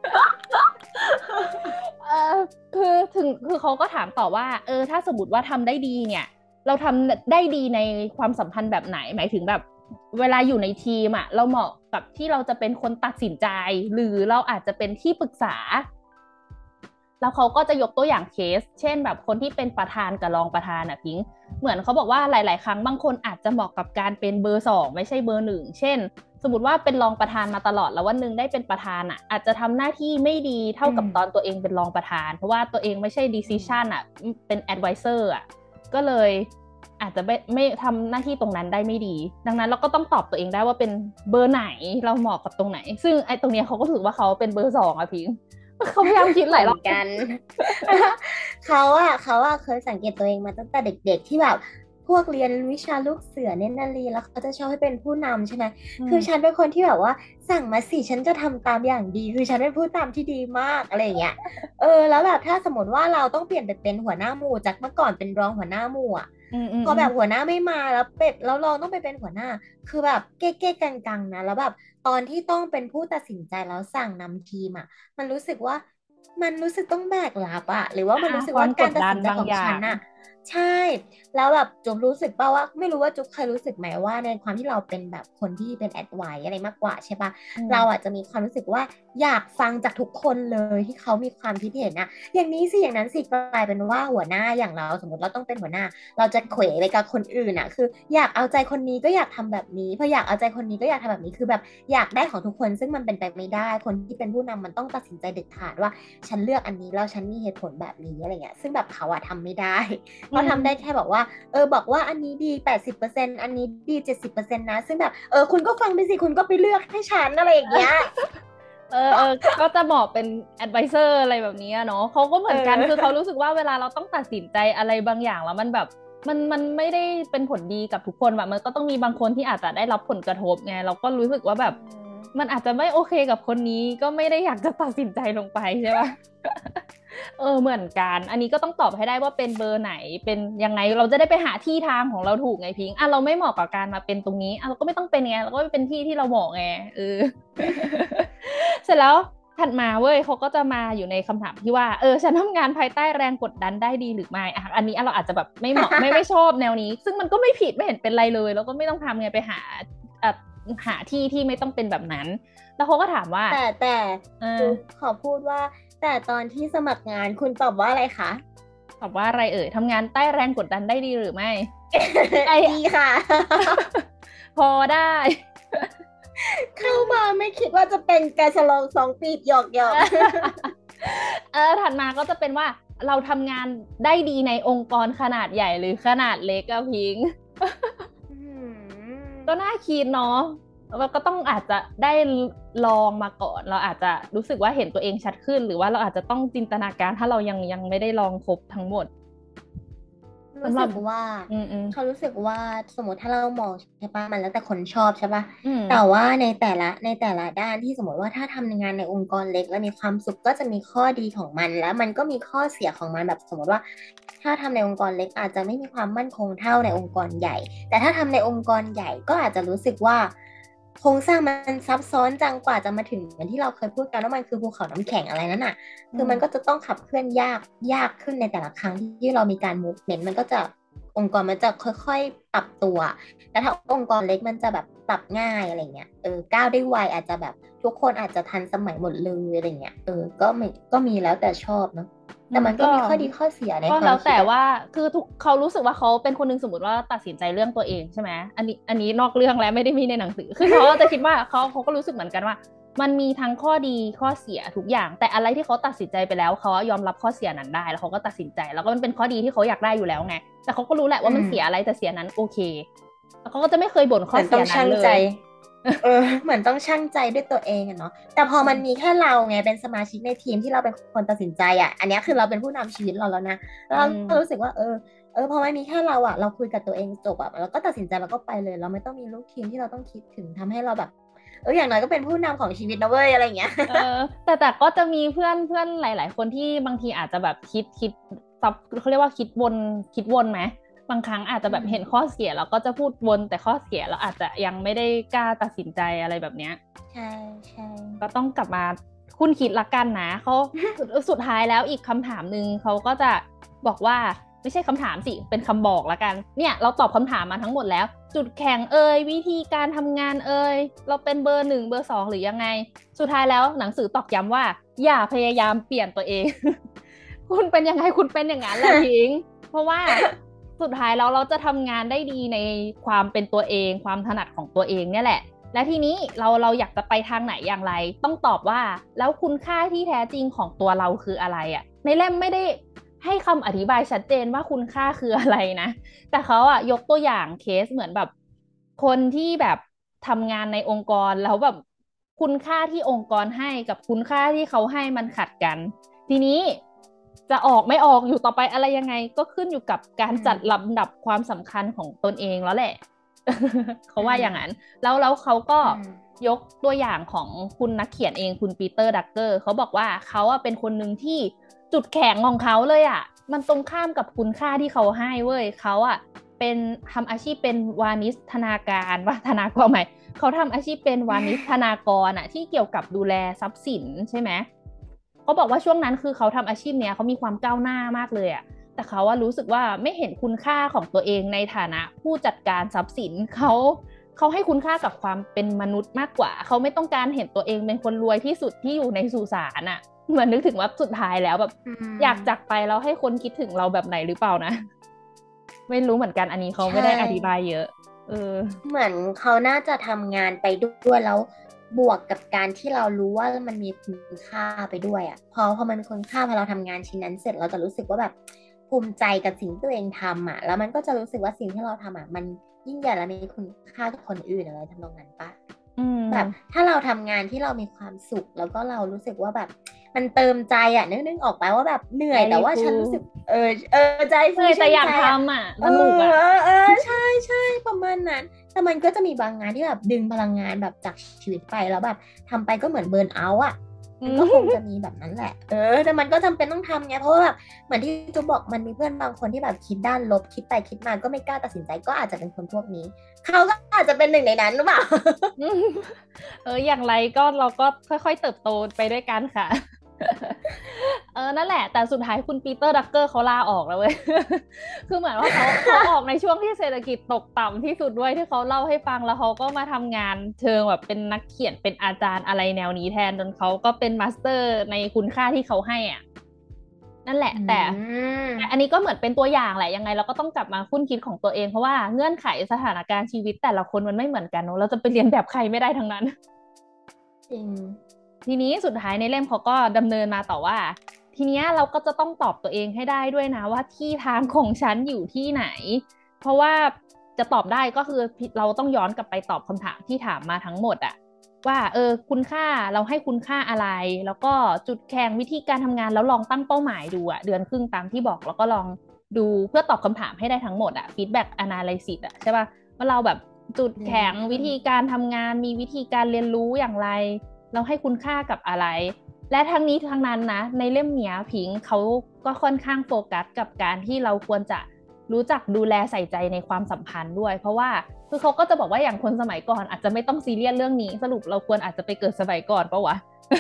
เออคือถึงคือเขาก็ถามต่อว่าเออถ้าสมมติว่าทำได้ดีเนี่ยเราทำได้ดีในความสัมพันธ์แบบไหนหมายถึงแบบเวลาอยู่ในทีมอะเราเหมาะกับที่เราจะเป็นคนตัดสินใจหรือเราอาจจะเป็นที่ปรึกษา แล้วเขาก็จะยกตัวอย่างเคส เช่นแบบคนที่เป็นประธานกับรองประธานอ่ะพิงเหมือนเขาบอกว่าหลายๆครั้งบางคนอาจจะเหมาะกับการเป็นเบอร์สองไม่ใช่เบอร์หนึ่งเช่นสมมติว่าเป็นรองประธานมาตลอดแล้ววันหนึ่งได้เป็นประธานอ่ะอาจจะทำหน้าที่ไม่ดีเท่ากับตอนตัวเองเป็นรองประธานเพราะว่าตัวเองไม่ใช่ decision อ่ะเป็น advisor อ่ะก็เลยอาจจะไม่ไม่ทำหน้าที่ตรงนั้นได้ไม่ดีดังนั้นเราก็ต้องตอบตัวเองได้ว่าเป็นเบอร์ไหนเราเหมาะกับตรงไหนซึ่งไอ้ตรงเนี้ยเขาก็ถือว่าเขาเป็นเบอร์สองอะพิงเขาพยายามคิดหลายรอบกัน เขาอะเขาอะเคยสังเกตตัวเองมาตั้งแต่เด็กๆที่แบบพวกเรียนวิชาลูกเสือเนตรนารีแล้วเขาจะชอบให้เป็นผู้นำใช่ไหมคือฉันเป็นคนที่แบบว่าสั่งมาสิฉันจะทำตามอย่างดีคือฉันเป็นผู้ตามที่ดีมากอะไรอย่างเงี้ยเออแล้วแบบถ้าสมมติว่าเราต้องเปลี่ยนไปเป็นหัวหน้าหมู่จากเมื่อก่อนเป็นรองหัวหน้าหมู่อะพอแบบหัวหน้าไม่มาแล้วเป็ดแล้วเราต้องไปเป็นหัวหน้าคือแบบเก๊กๆกังๆนะแล้วแบบตอนที่ต้องเป็นผู้ตัดสินใจแล้วสั่งนำทีมอะ มันรู้สึกว่ามันรู้สึกต้องแบกรับอะหรือว่ามันรู้สึกความกว่าการตัดดดันสินใจของบางอย่างฉันอะใช่แล้วแบบจุ๊บรู้สึกเปล่าว่าไม่รู้ว่าจุ๊บเคยรู้สึกไหมว่าในความที่เราเป็นแบบคนที่เป็นแอดไวอะไรมากกว่าใช่ปะเราอาจจะมีความรู้สึกว่าอยากฟังจากทุกคนเลยที่เขามีความคิดเห็นนะอย่างนี้สิอย่างนั้นสิกลายเป็นว่าหัวหน้าอย่างเราสมมติเราต้องเป็นหัวหน้าเราจะเขวไปกับคนอื่นอะคืออยากเอาใจคนนี้ก็อยากทำแบบนี้พออยากเอาใจคนนี้ก็อยากทำแบบนี้คือแบบอยากได้ของทุกคนซึ่งมันเป็นไปไม่ได้คนที่เป็นผู้นำมันต้องตัดสินใจเด็ดขาดว่าฉันเลือกอันนี้แล้วฉันมีเหตุผลแบบนี้อะไรเงี้ยซึ่งแบบเขาอะทำไม่ได้เขาทำได้แค่บอกว่าเออบอกว่าอันนี้ดีแปดสิบเปอร์เซ็นต์อันนี้ดีเจ็ดสิบเปอร์เซ็นต์นะซึ่งแบบเออคุณก็ฟังไปสิคุณก็ไปเลือกให้ฉันอะไรอย่างเงี้ยเออเออก็จะเหมาะเป็น advisor อะไรแบบนี้เนาะเขาก็เหมือนกันคือเขารู้สึกว่าเวลาเราต้องตัดสินใจอะไรบางอย่างแล้วมันแบบมันมันไม่ได้เป็นผลดีกับทุกคนแบบมันก็ต้องมีบางคนที่อาจจะได้รับผลกระทบไงเราก็รู้สึกว่าแบบมันอาจจะไม่โอเคกับคนนี้ก็ไม่ได้อยากจะตัดสินใจลงไปใช่ปะ เออเหมือนกันอันนี้ก็ต้องตอบให้ได้ว่าเป็นเบอร์ไหนเป็นยังไงเราจะได้ไปหาที่ทางของเราถูกไงพิงค์อ่ะเราไม่เหมาะกับการมาเป็นตรงนี้อ่ะเราก็ไม่ต้องเป็นไงเราก็ไปเป็นที่ที่เราเหมาะไงเออ เสร็จแล้วถัดมาเว้ยเขาก็จะมาอยู่ในคำถามที่ว่าเออฉันทำงานภายใต้แรงกดดันได้ดีหรือไม่อ่ะอันนี้เราอาจจะแบบไม่เหมาะไม่ไม่ชอบแนวนี้ซึ่งมันก็ไม่ผิดไม่เห็นเป็นไรเลยแล้วก็ไม่ต้องทำไงไปหาอ่ะหาที่ที่ไม่ต้องเป็นแบบนั้นแล้วเขาก็ถามว่าแต่แต่เออขอพูดว่าแต่ตอนที่สมัครงานคุณตอบว่าอะไรคะตอบว่าอะไรเอ่ยทำงานใต้แรงกดดันได้ดีหรือไม่ดีค่ะพอได้เข้ามาไม่คิดว่าจะเป็นการฉลองสองปีหยอกหยอกเออถัดมาก็จะเป็นว่าเราทำงานได้ดีในองค์กรขนาดใหญ่หรือขนาดเล็กอะพิง ก็น่าคิดเนาะเราก็ต้องอาจจะได้ลองมาก่อนเราอาจจะรู้สึกว่าเห็นตัวเองชัดขึ้นหรือว่าเราอาจจะต้องจินตนาการถ้าเรายังยังไม่ได้ลองครบทั้งหมดรู้สึกว่าเขารู้สึกว่าสมมติถ้าเรามองใช่ปะมันแล้วแต่คนชอบใช่ปะแต่ว่าในแต่ละในแต่ละด้านที่สมมติว่าถ้าทำงานในองค์กรเล็กแล้วมีความสุขก็จะมีข้อดีของมันแล้วมันก็มีข้อเสียของมันแบบสมมติว่าถ้าทำในองค์กรเล็กอาจจะไม่มีความมั่นคงเท่าในองค์กรใหญ่แต่ถ้าทำในองค์กรใหญ่ก็อาจจะรู้สึกว่าโครงสร้างมันซับซ้อนจังกว่าจะมาถึงเหมือนที่เราเคยพูดกันว่ามันคือภูเขาน้ำแข็งอะไรนั่นน่ะคือมันก็จะต้องขับเคลื่อนยากยากขึ้นในแต่ละครั้งที่เรามีการ movement มันก็จะองค์กรมันจะค่อยๆปรับตัวแต่ถ้าองค์กรเล็กมันจะแบบปรับง่ายอะไรเงี้ยเออก้าวได้ไวอาจจะแบบทุกคนอาจจะทันสมัยหมดเลยอะไรเงี้ยเออก็มีก็มีแล้วแต่ชอบเนาะแต่มันก็มีข้อดีข้อเสียในความก็แล้วแต่ว่าคือทุกเขารู้สึกว่าเขาเป็นคนนึงสมมติว่าตัดสินใจเรื่องตัวเองใช่ไหมอันนี้อันนี้นอกเรื่องแล้วไม่ได้มีในหนังสือคือเขาจะคิดว่าเขาเขาก็รู้สึกเหมือนกันว่ามันมีทั้งข้อดีข้อเสียทุกอย่างแต่อะไรที่เขาตัดสินใจไปแล้วเขายอมรับข้อเสียนั้นได้แล้วเขาก็ตัดสินใจแล้วก็มันเป็นข้อดีที่เขาอยากได้อยู่แล้วไงแต่เขาก็รู้แหละว่ามันเสียอะไรแต่เสียนั้นโอเคแล้วเขาก็จะไม่เคยบ่นข้อเสียนั้นเลยเออเหมือนต้องชั่งใจด้วยตัวเองอะเนาะแต่พอมันมีแค่เราไงเป็นสมาชิกในทีมที่เราเป็นคนตัดสินใจอะอันนี้คือเราเป็นผู้นำชีวิตเราแล้วนะแล้วเราก็รู้สึกว่าเออเออพอมันมีแค่เราอะเราคุยกับตัวเองจบอะเราก็ตัดสินใจเราก็ไปเลยเราไม่ต้องมีลูกทีมที่เราต้องคิดถึงทำให้เราแบบเอออย่างน้อยก็เป็นผู้นำของชีวิตนะเว้ยอะไรเงี้ยเออแต่แต่ก็จะมีเพื่อนเพื่อนหลาย ๆ คนที่บางทีอาจจะแบบคิดคิดซับเขาเรียกว่าคิดวนคิดวนไหมบางครั้งอาจจะแบบเห็นข้อเสียแล้วก็จะพูดวนแต่ข้อเสียแล้วอาจจะยังไม่ได้กล้าตัดสินใจอะไรแบบเนี้ยใช่ใช่ก็ต้องกลับมาคุณคิดละกันนะเขา สุดท้ายแล้วอีกคำถามหนึ่งเขาก็จะบอกว่าไม่ใช่คำถามสิเป็นคำบอกละกันเนี่ยเราตอบคำถามมาทั้งหมดแล้วจุดแข็งเอ่ยวิธีการทำงานเอ่ยเราเป็นเบอร์หนึ่งเบอร์สองหรือยังไงสุดท้ายแล้วหนังสือตอกย้ำว่าอย่าพยายามเปลี่ยนตัวเอง คุณเป็นยังไงคุณเป็นอย่างนั้นแหละพิงเพราะว่าสุดท้ายแล้วเราจะทำงานได้ดีในความเป็นตัวเองความถนัดของตัวเองเนี่ยแหละและทีนี้เราเราอยากจะไปทางไหนอย่างไรต้องตอบว่าแล้วคุณค่าที่แท้จริงของตัวเราคืออะไรอ่ะในเล่มไม่ได้ให้คำอธิบายชัดเจนว่าคุณค่าคืออะไรนะแต่เขาอ่ะยกตัวอย่างเคสเหมือนแบบคนที่แบบทำงานในองค์กรแล้วแบบคุณค่าที่องค์กรให้กับคุณค่าที่เขาให้มันขัดกันทีนี้จะออกไม่ออกอยู่ต่อไปอะไรยังไงก็ขึ้นอยู่กับการจัดลำดับความสำคัญของตนเองแล้วแหละ เขาว่าอย่างนั้นแล้วแล้วเขาก็ยกตัวอย่างของคุณนักเขียนเองคุณปีเตอร์ดักเกอร์เขาบอกว่าเขาเป็นคนหนึ่งที่จุดแข็งของเขาเลยอ่ะมันตรงข้ามกับคุณค่าที่เขาให้เว้ยเขาอ่ะเป็นทำอาชีพเป็นวานิชธนาการว่าธนากรไหมเขาทำอาชีพเป็นวานิชธนากรอ่ะที่เกี่ยวกับดูแลทรัพย์สินใช่ไหมเขาบอกว่าช่วงนั้นคือเขาทำอาชีพเนี้ยเขามีความก้าวหน้ามากเลยอ่ะแต่เขาว่ารู้สึกว่าไม่เห็นคุณค่าของตัวเองในฐานะผู้จัดการทรัพย์สินเขาเขาให้คุณค่ากับความเป็นมนุษย์มากกว่าเขาไม่ต้องการเห็นตัวเองเป็นคนรวยที่สุดที่อยู่ในสุสานอ่ะเหมือนนึกถึงว่าสุดท้ายแล้วแบบอยากจากไปแล้วให้คนคิดถึงเราแบบไหนหรือเปล่านะไม่รู้เหมือนกันอันนี้เขาไม่ได้อธิบายเยอะเออเหมือนเขาน่าจะทำงานไปด้วยแล้วบวกกับการที่เรารู้ว่ามันมีคุณค่าไปด้วยอ่ะพอพอมันมีคุณค่าพอเราทำงานชิ้นนั้นเสร็จเราจะรู้สึกว่าแบบภูมิใจกับสิ่งที่ตัวเองทำอ่ะแล้วมันก็จะรู้สึกว่าสิ่งที่เราทำอ่ะมันยิ่งใหญ่และมีคุณค่ากับคนอื่นอะไรทำนองนั้นปะแบบถ้าเราทำงานที่เรามีความสุขแล้วก็เรารู้สึกว่าแบบมันเติมใจอ่ะนึกนึกออกไปว่าแบบเหนื่อยแต่ว่าฉันรู้สึกเออเออใจฟูแต่อยากทำอ่ะสนุกอ่ะเออเออใช่ใช่ประมาณนั้นแต่มันก็จะมีบางงานที่แบบดึงพลังงานแบบจากชีวิตไปแล้วแบบทำไปก็เหมือนเบิร์นเอาท์อ่ะมันก็คงจะมีแบบนั้นแหละเออแต่มันก็จำเป็นต้องทำไงเพราะว่าแบบเหมือนที่จูบอกมันมีเพื่อนบางคนที่แบบคิดด้านลบคิดไปคิดมาก็ไม่กล้าตัดสินใจก็อาจจะเป็นคนพวกนี้เขาก็อาจจะเป็นหนึ่งในนั้นหรือเปล่าเอออย่างไรก็เราก็ค่อยๆเติบโตไปด้วยกันค่ะเออนั่นแหละแต่สุดท้ายคุณปีเตอร์ดักเกอร์เขาลาออกแล้วเว้ยคือเหมือนว่าเขาเขาออกในช่วงที่เศรษฐกิจตกต่ำที่สุดด้วยที่เขาเล่าให้ฟังแล้วเขาก็มาทำงานเชิงแบบเป็นนักเขียนเป็นอาจารย์อะไรแนวนี้แทนจนเขาก็เป็นมาสเตอร์ในคุณค่าที่เขาให้อ่ะนั่นแหละแต่แต่อันนี้ก็เหมือนเป็นตัวอย่างแหละยังไงเราก็ต้องกลับมาคุ้นคิดของตัวเองเพราะว่าเงื่อนไขสถานการณ์ชีวิตแต่ละคนมันไม่เหมือนกันเนอะเราจะไปเรียนแบบใครไม่ได้ทั้งนั้นจริงทีนี้สุดท้ายในเล่มเขาก็ดำเนินมาต่อว่าทีเนี้ยเราก็จะต้องตอบตัวเองให้ได้ด้วยนะว่าที่ทางของฉันอยู่ที่ไหนเพราะว่าจะตอบได้ก็คือเราต้องย้อนกลับไปตอบคำถามที่ถามมาทั้งหมดอะว่าเออคุณค่าเราให้คุณค่าอะไรแล้วก็จุดแข็งวิธีการทำงานแล้วลองตั้งเป้าหมายดูอะเดือนครึ่งตามที่บอกแล้วก็ลองดูเพื่อตอบคำถามให้ได้ทั้งหมดอะ feedback analysis อะใช่ป่ะว่าเราแบบจุดแข็งวิธีการทำงานมีวิธีการเรียนรู้อย่างไรเราให้คุณค่ากับอะไรและทั้งนี้ทั้งนั้นนะในเล่มเนี้ยพิงค์เขาก็ค่อนข้างโฟกัสกับการที่เราควรจะรู้จักดูแลใส่ใจในความสัมพันธ์ด้วยเพราะว่าคือเขาก็จะบอกว่าอย่างคนสมัยก่อนอาจจะไม่ต้องซีเรียสเรื่องนี้สรุปเราควรอาจจะไปเกิดสมัยก่อนปะวะ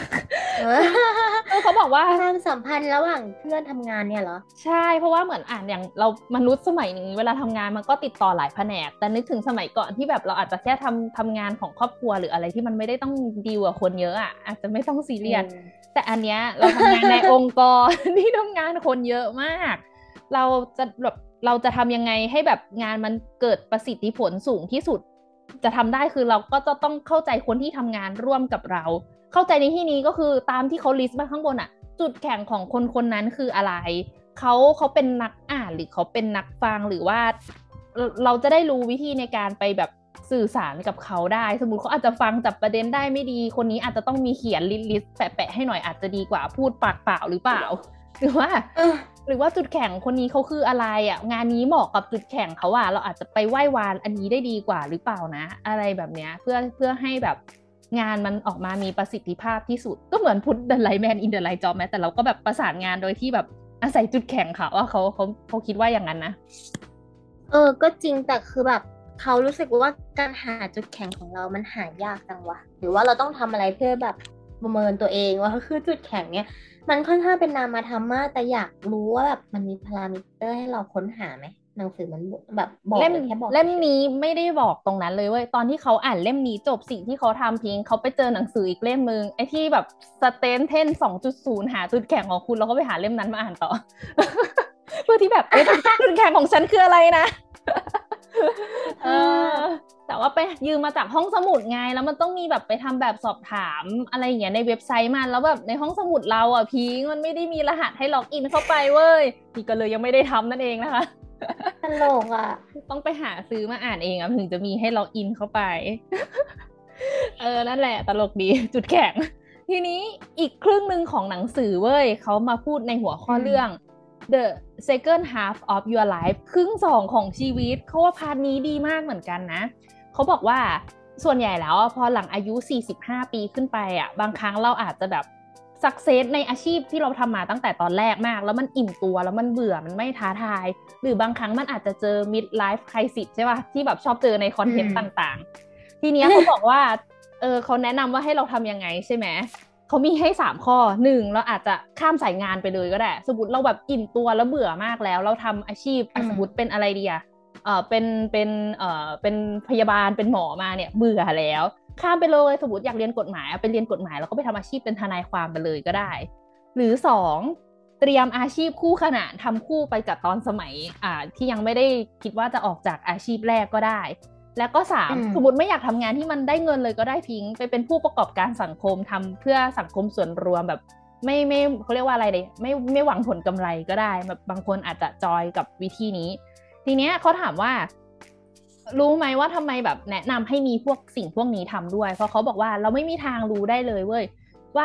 เขาบอกว่าความสัมพันธ์ระหว่างเพื่อนทำงานเนี่ยเหรอใช่เพราะว่าเหมือนอ่านอย่างเรามนุษย์สมัยนี้เวลาทำงานมันก็ติดต่อหลายแผนกแต่นึกถึงสมัยก่อนที่แบบเราอาจจะแค่ทำทำงานของครอบครัวหรืออะไรที่มันไม่ได้ต้องดีลกับคนเยอะอ่ะอาจจะไม่ต้องซีเรียสแต่อันเนี้ยเราทำงานในองค์กร ที่ทำงานคนเยอะมากเราจะแบบเราจะทำยังไงให้แบบงานมันเกิดประสิทธิผลสูงที่สุดจะทำได้คือเราก็จะต้องเข้าใจคนที่ทำงานร่วมกับเราเข้าใจในที่นี้ก็คือตามที่เขาลิสต์มาข้างบนอ่ะจุดแข็งของคนคนนั้นคืออะไรเขาเขาเป็นนักอ่านหรือเขาเป็นนักฟังหรือว่าเราจะได้รู้วิธีในการไปแบบสื่อสารกับเขาได้สมมติเขาอาจจะฟังจับประเด็นได้ไม่ดีคนนี้อาจจะต้องมีเขียนลิสต์แปะๆให้หน่อยอาจจะดีกว่าพูดปากเปล่าหรือเปล่าหรือว่าหรือว่าจุดแข็งคนนี้เขาคืออะไรอ่ะงานนี้เหมาะกับจุดแข็งเขาอ่ะเราอาจจะไปไหว้วานอันนี้ได้ดีกว่าหรือเปล่านะอะไรแบบเนี้ยเพื่อเพื่อให้แบบงานมันออกมามีประสิทธิภาพที่สุดก็เหมือนพุทธเดอะไลท์แมนอินเดอะไลท์จ็อบแม้แต่เราก็แบบประสานงานโดยที่แบบอาศัยจุดแข็งค่ะว่าเขาเขาเขาคิดว่าอย่างนั้นนะเออก็จริงแต่คือแบบเขารู้สึกว่าการหาจุดแข็งของเรามันหายากจังวะหรือว่าเราต้องทำอะไรเพื่อแบบประเมินตัวเองว่าคือจุดแข็งเนี่ยมันค่อนข้างเป็นนามธรรมมากแต่อยากรู้ว่าแบบมันมีพารามิเตอร์ให้เราค้นหาไหมหนังสือมันแบบบอกเล่มเลยแค่บอกเล่มนี้ไม่ได้บอกตรงนั้นเลยเว้ยตอนที่เขาอ่านเล่มนี้จบสิ่งที่เขาทำพิงเขาไปเจอหนังสืออีกเล่มนึงไอ้ที่แบบสเตนเทนสองจุดศูนย์หาจุดแข็งของคุณแล้วก็ไปหาเล่มนั้นมาอ่านต่อ เพื่อที่แบบเอ๊ะจุดแข็งของฉันคืออะไรนะเออแต่ว่าไปยืมมาจากห้องสมุดไงแล้วมันต้องมีแบบไปทำแบบสอบถามอะไรอย่างเงี้ยในเว็บไซต์มันแล้วแบบในห้องสมุดเราอ่ะพิงมันไม่ได้มีรหัสให้ล็อกอินเข้าไปเว้ยพี่ก็เลยยังไม่ได้ทำนั่นเองนะคะตลกอ่ะต้องไปหาซื้อมาอ่านเองอ่ะถึงจะมีให้ล็อกอินเข้าไปเออนั่นแหละตลกดีจุดแข็งทีนี้อีกครึ่งหนึ่งของหนังสือเว้ยเขามาพูดในหัวข้อเรื่อง The Second Half of Your Life ครึ่งสองของชีวิตเขาว่าพาร์ทนี้ดีมากเหมือนกันนะเขาบอกว่าส่วนใหญ่แล้วพอหลังอายุสี่สิบห้าปีขึ้นไปอ่ะบางครั้งเราอาจจะแบบสักเซสในอาชีพที่เราทำมาตั้งแต่ตอนแรกมากแล้วมันอิ่มตัวแล้วมันเบื่อมันไม่ท้าทายหรือบางครั้งมันอาจจะเจอ mid life crisis ใช่ป่ะที่แบบชอบเจอในคอนเทนต์ต่างๆทีเนี้ยเขาบอกว่าเออเขาแนะนำว่าให้เราทำยังไงใช่ไหมเขามีให้สามข้อหนึ่งเราอาจจะข้ามสายงานไปเลยก็ได้สมมติเราแบบอิ่มตัวแล้วเบื่อมากแล้วเราทำอาชีพสมมติเป็นอะไรดีอะเออเป็นเป็นเออเป็นพยาบาลเป็นหมอมาเนี่ยเบื่อแล้วข้ามไปเลยสมมติอยากเรียนกฎหมายไปเรียนกฎหมายแล้วก็ไปทำอาชีพเป็นทนายความไปเลยก็ได้หรือสองเตรียมอาชีพคู่ขนานทำคู่ไปกับตอนสมัยอ่าที่ยังไม่ได้คิดว่าจะออกจากอาชีพแรกก็ได้แล้วก็สามสมมติไม่อยากทำงานที่มันได้เงินเลยก็ได้พิงไปเป็นผู้ประกอบการสังคมทำเพื่อสังคมส่วนรวมแบบไม่ไม่เขาเรียกว่าอะไรเลยไม่ไม่หวังผลกำไรก็ได้แบบบางคนอาจจะจอยกับวิธีนี้ทีเนี้ยเขาถามว่ารู้ไหมว่าทำไมแบบแนะนำให้มีพวกสิ่งพวกนี้ทำด้วยเพราะเขาบอกว่าเราไม่มีทางรู้ได้เลยเว้ยว่า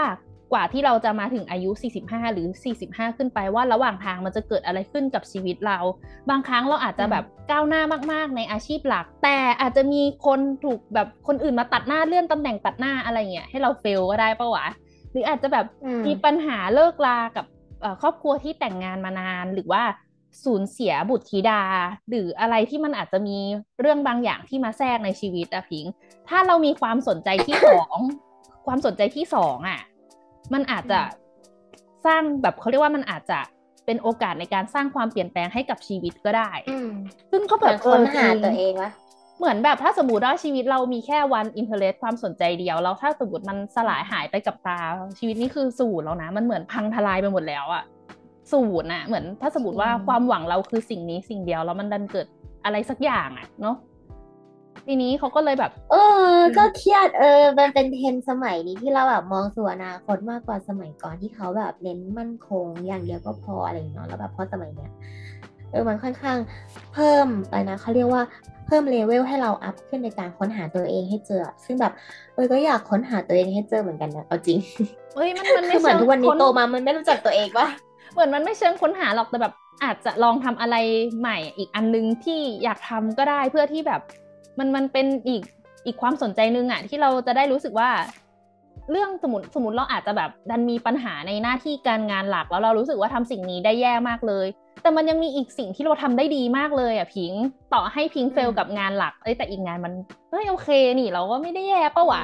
กว่าที่เราจะมาถึงอายุสี่สิบห้าหรือสี่สิบห้าขึ้นไปว่าระหว่างทางมันจะเกิดอะไรขึ้นกับชีวิตเราบางครั้งเราอาจจะแบบก้าวหน้ามากๆในอาชีพหลักแต่อาจจะมีคนถูกแบบคนอื่นมาตัดหน้าเลื่อนตำแหน่งตัดหน้าอะไรเงี้ยให้เราเฟลก็ได้ปะวะหรืออาจจะแบบมีปัญหาเลิกลากับครอบครัวที่แต่งงานมานานหรือว่าสูญเสียบุตรธิดาหรืออะไรที่มันอาจจะมีเรื่องบางอย่างที่มาแทรกในชีวิตอะพิงถ้าเรามีความสนใจที่สองความสนใจที่สองอะมันอาจจะสร้างแบบเขาเรียกว่ามันอาจจะเป็นโอกาสในการสร้างความเปลี่ยนแปลงให้กับชีวิตก็ได้ซึ่งก็แบบค้นหาตัวเองวะเหมือนแบบถ้าสมมติว่าชีวิตเรามีแค่วันอินเทอร์เน็ตความสนใจเดียวแล้วถ้าสมมติมันสลายหายไปกับตาชีวิตนี้คือศูนย์แล้วนะมันเหมือนพังทลายไปหมดแล้วอะศูนย์อะเหมือนถ้าสมมติว่าความหวังเราคือสิ่งนี้สิ่งเดียวแล้วมันดันเกิดอะไรสักอย่างอะเนาะทีนี้เขาก็เลยแบบเออก็เครียดเออมันเป็นเทรนด์สมัยนี้ที่เราแบบมองสู่อนาคตมากกว่าสมัยก่อนที่เขาแบบเน้นมั่นคงอย่างเดียวก็พออะไรอย่างเงี้ยแล้วแบบเพราะสมัยเนี้ยเออมันค่อนข้างเพิ่มไปนะเขาเรียกว่าเพิ่มเลเวลให้เราอัพขึ้นในการค้นหาตัวเองให้เจอซึ่งแบบเออก็อยากค้นหาตัวเองให้เจอเหมือนกันนะเอาจริงเอ้ยมันมันไม่คือเหมือนทุกวันนี้โตมามันไม่รู้จักตัวเองวะเหมือนมันไม่เชิงค้นหาหรอกแต่แบบอาจจะลองทำอะไรใหม่อีกอันนึงที่อยากทำก็ได้เพื่อที่แบบมันมันเป็นอีกอีกความสนใจนึงอะที่เราจะได้รู้สึกว่าเรื่องสมมติสมมติเราอาจจะแบบดันมีปัญหาในหน้าที่การงานหลักแล้วเรารู้สึกว่าทำสิ่งนี้ได้แย่มากเลยแต่มันยังมีอีกสิ่งที่เราทำได้ดีมากเลยอ่ะพิงต่อให้พิงเฟลกับงานหลักเอ้ยแต่อีกงานมันเฮ้ยโอเคนี่เราก็ไม่ได้แย่ปะวะ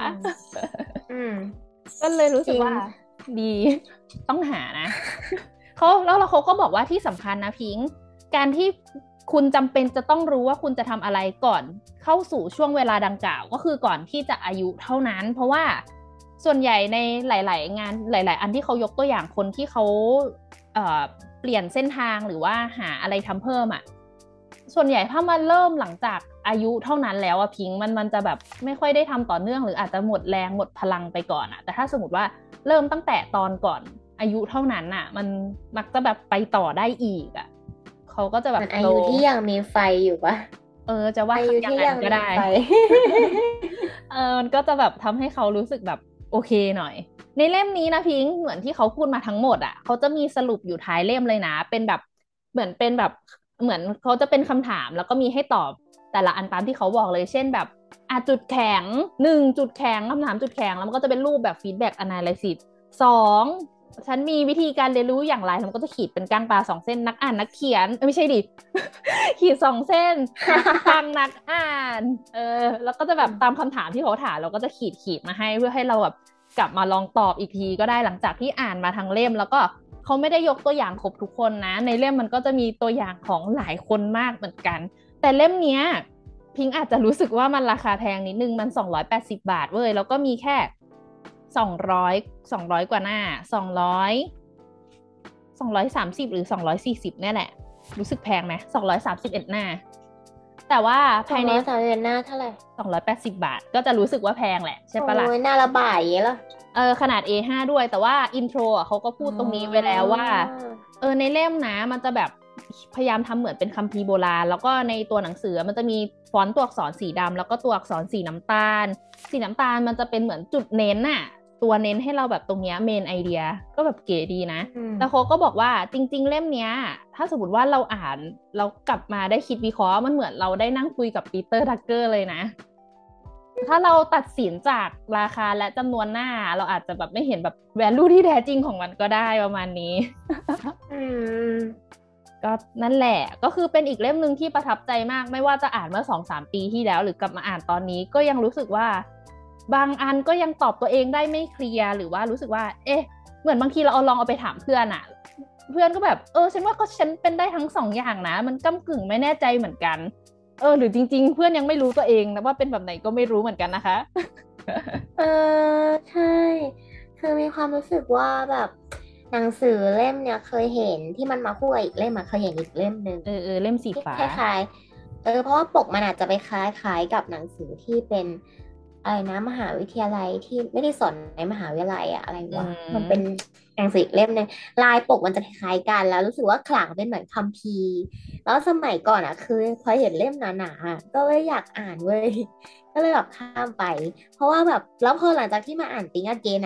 ก็เลยรู้สึกว่าดีต้องหานะเขาแล้วเขาก็บอกว่าที่สำคัญนะพิงการที่คุณจำเป็นจะต้องรู้ว่าคุณจะทำอะไรก่อนเข้าสู่ช่วงเวลาดังกล่าวก็คือก่อนที่จะอายุเท่านั้นเพราะว่าส่วนใหญ่ในหลายๆงานหลายๆอันที่เขายกตัวอย่างคนที่เขาเอ่อเปลี่ยนเส้นทางหรือว่าหาอะไรทำเพิ่มอ่ะส่วนใหญ่ถ้ามันเริ่มหลังจากอายุเท่านั้นแล้วอะพิงมันมันจะแบบไม่ค่อยได้ทำต่อเนื่องหรืออาจจะหมดแรงหมดพลังไปก่อนอะแต่ถ้าสมมติว่าเริ่มตั้งแต่ตอนก่อนอายุเท่านั้นอะมันมักจะแบบไปต่อได้อีกอะเขาก็จะแบบมันอายุที่ยังมีไฟอยู่ปะเออจะว่าอย่างนั้นก็ได้เออมันก็จะแบบทำให้เขารู้สึกแบบโอเคหน่อยในเล่มนี้นะพิงค์เหมือนที่เขาพูดมาทั้งหมดอ่ะเขาจะมีสรุปอยู่ท้ายเล่มเลยนะเป็นแบบเหมือนเป็นแบบเหมือนเขาจะเป็นคำถามแล้วก็มีให้ตอบแต่ละอันตามที่เขาบอกเลยเช่นแบบอ่ะจุดแข็งหนึ่งจุดแข็งคำถามจุดแข็งแล้วมันก็จะเป็นรูปแบบฟีดแบ็กแอนาลิซิสสองฉันมีวิธีการเรียนรู้อย่างไรแล้วมันก็จะขีดเป็นก้างปลาสองเส้นนักอ่านนักเขียนไม่ใช่ดิ ขีดสองเส้นฟังนักอ่านเออแล้วก็จะแบบตามคำถามที่เขาถามเราก็จะขีดขีดมาให้เพื่อให้เราแบบกลับมาลองตอบอีกทีก็ได้หลังจากที่อ่านมาทั้งเล่มแล้วก็เขาไม่ได้ยกตัวอย่างครบทุกคนนะในเล่มมันก็จะมีตัวอย่างของหลายคนมากเหมือนกันแต่เล่มเนี้ยพิงอาจจะรู้สึกว่ามันราคาแพงนิดนึงมันสองร้อยแปดสิบบาทเว้ยแล้วก็มีแค่สองร้อย สองร้อยกว่าหน้าสองร้อย สองร้อยสามสิบหรือสองร้อยสี่สิบเนี่ยแหละรู้สึกแพงไหมสองร้อยสามสิบเอ็ดหน้าแต่ว่าภายในสองร้อยสามสิบเอ็ดหน้าเท่าไหร่สองร้อยแปดสิบบาทก็จะรู้สึกว่าแพงแหละใช่ปะล่ะโอ้ยหน้าละบาทอย่างเงี้ยเหรอเออขนาด เอ ห้า ด้วยแต่ว่าอินโทรอ่ะเขาก็พูดตรงนี้ไว้แล้วว่าเออในเล่มนะมันจะแบบพยายามทำเหมือนเป็นคัมภีร์โบราณแล้วก็ในตัวหนังสือมันจะมีฟอนต์ตัวอักษรสีดำแล้วก็ตัวอักษรสีน้ำตาลสีน้ำตาลมันจะเป็นเหมือนจุดเน้นน่ะตัวเน้นให้เราแบบตรงเนี้ยเมนไอเดียก็แบบเก๋ดีนะแล้วเขาก็บอกว่าจริงๆเล่มเนี้ยถ้าสมมติว่าเราอ่านเรากลับมาได้คิดวิเคราะห์มันเหมือนเราได้นั่งคุยกับปีเตอร์ทักเกอร์เลยนะถ้าเราตัดสินจากราคาและจำนวนหน้าเราอาจจะแบบไม่เห็นแบบ value ที่แท้จริงของมันก็ได้ประมาณนี้อืมก็นั่นแหละก็คือเป็นอีกเล่มหนึ่งที่ประทับใจมากไม่ว่าจะอ่านเมื่อ สองถึงสาม ปีที่แล้วหรือกลับมาอ่านตอนนี้ก็ยังรู้สึกว่าบางอันก็ยังตอบตัวเองได้ไม่เคลียร์หรือว่ารู้สึกว่าเอ๊ะเหมือนบางทีเราเอาลองเอาไปถามเพื่อนอะเพื่อนก็แบบเออฉันว่าก็ฉันเป็นได้ทั้งสองอย่างนะมันก้ำกึ่งไม่แน่ใจเหมือนกันเออหรือจริงๆเพื่อนยังไม่รู้ตัวเองนะว่าเป็นแบบไหนก็ไม่รู้เหมือนกันนะคะเออใช่คือมีความรู้สึกว่าแบบหนังสือเล่มเนี่ยเคยเห็นที่มันมาคู่กับอีกเล่มอะเคยเห็นอีกเล่มหนึ่งเออเออเล่มสีที่ฟ้าคล้ายๆเออเพราะว่าปกมันอาจจะไปคล้ายๆกับหนังสือที่เป็นอะไรนะมหาวิทยาลัยที่ไม่ได้สอนในมหาวิทยาลัยอะอะไรวะมันเป็นหนังสืออีกเล่มหนึ่งลายปกมันจะคล้ายกันแล้วรู้สึกว่าขลังเป็นเหมือนคัมภีร์แล้วสมัยก่อนอะคือพอเห็นเล่มหนาๆอะก็เลยอยากอ่านเว้ยก็เลยแบบข้ามไป เพราะว่าแบบแล้วพอหลังจากที่มาอ่าน Think Again อ่ะ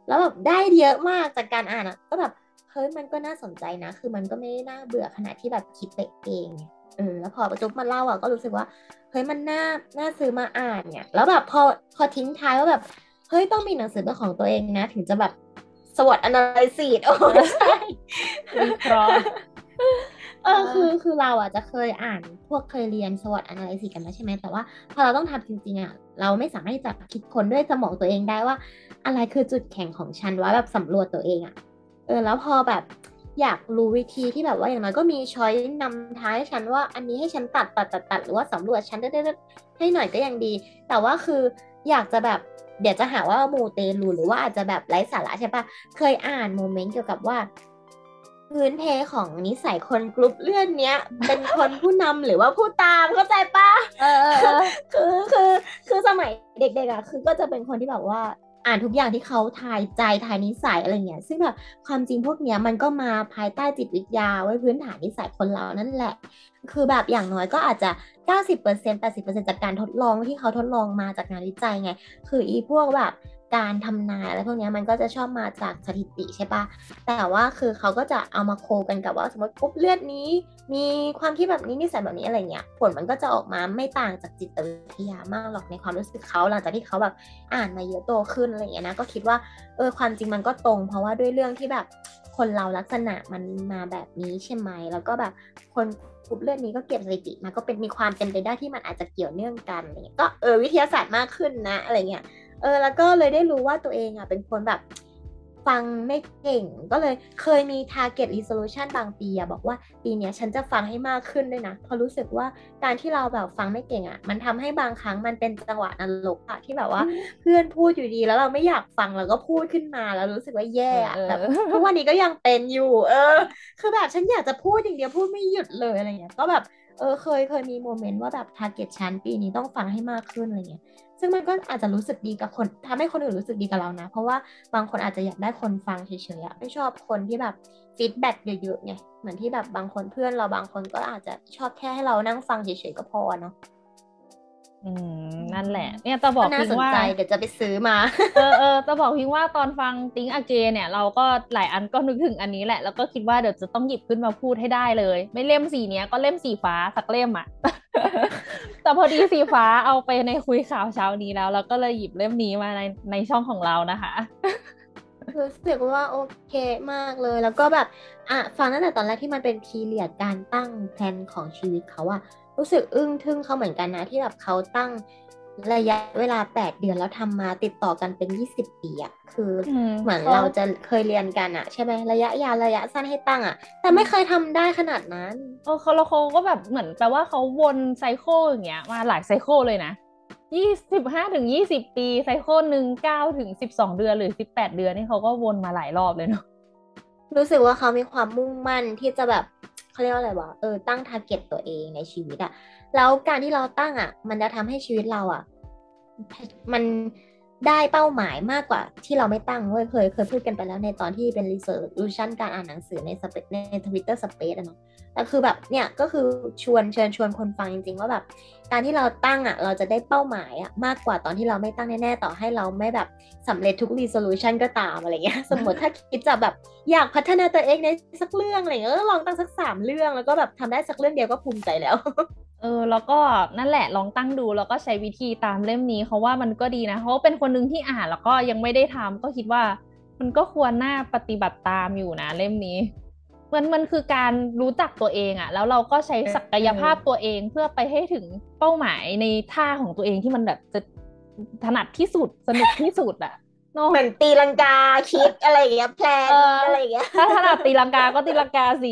แล้วแบบได้เยอะมากจากการอ่านอ่ะก็แบบเฮ้ยมันก็น่าสนใจนะคือมันก็ไม่ได้น่าเบื่อขนาดที่แบบคิดไปเองไงเออแล้วพอประจุบมาเล่าอ่ะก็รู้สึกว่าเฮ้ยมันน่าน่าซื้อมาอ่านเนี่ยแล้วแบบพอพอทิ้งท้ายว่าแบบเฮ้ยต้องมีหนังสือเป็นของตัวเองนะถึงจะแบบสวอตแอนาลิซิสโอ้ไม่ใช่วิเคราะห์เออคือคือเราอ่ะจะเคยอ่านพวกเคยเรียน SWOT analysis กันมาใช่ไหมแต่ว่าพอเราต้องทำจริงๆอ่ะเราไม่สามารถที่จะคิดค้นด้วยสมองตัวเองได้ว่าอะไรคือจุดแข็งของฉันว่าแบบสำรวจตัวเองอ่ะเออแล้วพอแบบอยากรู้วิธีที่แบบว่าอย่างน้อยก็มีช้อยนำทางให้ฉันว่าอันนี้ให้ฉันตัดตัดตัดตัดหรือว่าสำรวจฉันได้ได้ได้ให้หน่อยก็ยังดี แต่ว่าคืออยากจะแบบเดี๋ยวจะหาว่ามูเตลูหรือว่าอาจจะแบบไร้สาระใช่ปะเคยอ่านโมเมนต์เกี่ยวกับว่า พื้นเพของนิสัยคนกรุ๊ปเลือดเนี้ยเป็นคนผู้นำหรือว่าผู้ตามเข้าใจปะเออเออเออคือคือคือสมัยเด็กๆอ่ะคือก็จะเป็นคนที่แบบว่าอ่านทุกอย่างที่เขาทายใจทายนิสัยอะไรเงี้ยซึ่งแบบความจริงพวกเนี้ยมันก็มาภายใต้จิตวิทยาไว้พื้นฐานนิสัยคนเรานั่นแหละคือแบบอย่างน้อยก็อาจจะเก้าสิบเปอร์เซ็นต์แปดสิบเปอร์เซ็นต์จากการทดลองที่เขาทดลองมาจากงานวิจัยไงคืออีพวกแบบการทำนายอะไรพวกเนี้ยมันก็จะชอบมาจากสถิติใช่ปะ แต่ว่าคือเขาก็จะเอามาโคกันกับว่าสมมติกรุ๊ปเลือดนี้มีความคิดแบบนี้นิสัยแบบนี้อะไรเงี้ยผลมันก็จะออกมาไม่ต่างจากจิตวิทยามากหรอกในความรู้สึกเขาหลังจากที่เขาแบบอ่านมาเยอะโตขึ้นอะไรเงี้ยนะก็คิดว่าเออความจริงมันก็ตรงเพราะว่าด้วยเรื่องที่แบบคนเราลักษณะมันมาแบบนี้ใช่ไหมแล้วก็แบบคนกรุ๊ปเลือดนี้ก็เก็บสถิติมาก็เป็นมีความเป็นไปได้ที่มันอาจจะเกี่ยวเนื่องกันอะไรเงี้ยก็เออวิทยาศาสตร์มากขึ้นนะอะไรเงี้ย เออแล้วก็เลยได้รู้ว่าตัวเองอ่ะเป็นคนแบบฟังไม่เก่งก็เลยเคยมี target resolution บางปีอ่ะบอกว่าปีเนี้ยฉันจะฟังให้มากขึ้นด้วยนะเพราะรู้สึกว่าการที่เราแบบฟังไม่เก่งอ่ะมันทำให้บางครั้งมันเป็นจังหวะนรกอะที่แบบว่าเพื่อนพูดอยู่ดีแล้วเราไม่อยากฟังแล้วก็พูดขึ้นมาแล้วรู้สึกว่าแย่เออเอออะแบบทุกวันนี้ก็ยังเป็นอยู่เออคือแบบฉันอยากจะพูดอย่างเดียวพูดไม่หยุดเลยอะไรเงี้ยก็แบบเออเคยเคยมีโมเมนต์ว่าแบบ target ฉันปีนี้ต้องฟังให้มากขึ้นอะไรเงี้ย ซึ่งมันก็อาจจะรู้สึกดีกับคนทำให้คนอื่นรู้สึกดีกับเรานะเพราะว่าบางคนอาจจะอยากได้คนฟังเฉยๆอะไม่ชอบคนที่แบบฟีดแบ็กเยอะๆไงเหมือนที่แบบบางคนเพื่อนเราบางคนก็อาจจะชอบแค่ให้เรานั่งฟังเฉยๆก็พอเนาะอืมอืนั่นแหละมเนี่ยจะบอก็กพิงว่าน่าสนใจเดี๋ยวจะไปซื้อมาเออเออจะบอกพิงว่าตอนฟัง Think Again เนี่ยเราก็หลายอันก็นึกถึงอันนี้แหละแล้วก็คิดว่าเดี๋ยวจะต้องหยิบขึ้นมาพูดให้ได้เลยไม่เล่มสีเนี้ยก็เล่มสีฟ้าสักเล่มอ่ะแต่พอดีสีฟ้าเอาไปในคุยข่าวเช้านี้แล้วแล้วก็เลยหยิบเล่มนี้มาในในช่องของเรานะคะรู้สึกว่าโอเคมากเลยแล้วก็แบบอ่ะฟังตั้งแต่ตอนแรกที่มันเป็นพีเรียดการตั้งแผนของชีวิตเขาอะรู้สึกอึ้งทึ่งเขาเหมือนกันนะที่แบบเขาตั้งระยะเวลาแปดเดือนแล้วทำมาติดต่อกันเป็นยี่สิบปีอะคืออืมเหมือนเขาเราจะเคยเรียนกันอะใช่ไหมระยะยาวระยะสั้นให้ตั้งอะแต่ไม่เคยทำได้ขนาดนั้นเออเขาแล้วเขาก็แบบเหมือนแปลว่าเขาวนไซเคิลอย่างเงี้ยมาหลายไซเคิลเลยนะยี่สิบห้าถึงยี่สิบปีไซเคิลหนึ่งเก้าถึงสิบสองเดือนหรือสิบแปดเดือนนี่เขาก็วนมาหลายรอบเลยเนาะรู้สึกว่าเขามีความมุ่งมั่นที่จะแบบเขาเรียกว่าอะไรวะเออตั้งทาร์เก็ตตัวเองในชีวิตอะแล้วการที่เราตั้งอะมันจะทำให้ชีวิตเราอะ มันได้เป้าหมายมากกว่าที่เราไม่ตั้งเว้ยเคยเคยพูดกันไปแล้วในตอนที่เป็น resolution การอ่านหนังสือในสเปในทวิตเตอร์สเปซอะเนาะแต่คือแบบเนี่ยก็คือชวนเชิญชวนคนฟังจริงๆว่าแบบการที่เราตั้งอ่ะเราจะได้เป้าหมายอ่ะมากกว่าตอนที่เราไม่ตั้งแน่ๆต่อให้เราไม่แบบสำเร็จทุก resolution ก็ตามอะไรเงี้ยสมมติถ้าคิดจะแบบอยากพัฒนาตัวเองในสักเรื่องอะไรเงี้ยก็ลองตั้งสักสามเรื่องแล้วก็แบบทำได้สักเรื่องเดียวก็ภูมิใจแล้วเออแล้วก็นั่นแหละลองตั้งดูแล้วก็ใช้วิธีตามเล่มนี้เขาว่ามันก็ดีนะเพราะว่าเป็นคนหนึ่งที่อ่านแล้วก็ยังไม่ได้ทำก็คิดว่ามันก็ควรน่าปฏิบัติตามอยู่นะเล่มนี้มันมันคือการรู้จักตัวเองอะแล้วเราก็ใช้ศักยภาพตัวเองเพื่อไปให้ถึงเป้าหมายในท่าของตัวเองที่มันแบบจะถนัดที่สุดสนุกที่สุดอะเนาะเหมือนตีลังกาคิดอะไรอย่างเงี้ยแพลเออนอะไรอย่างเงี้ยถ้าถนัดตีลังกาก็ตีลังกาสิ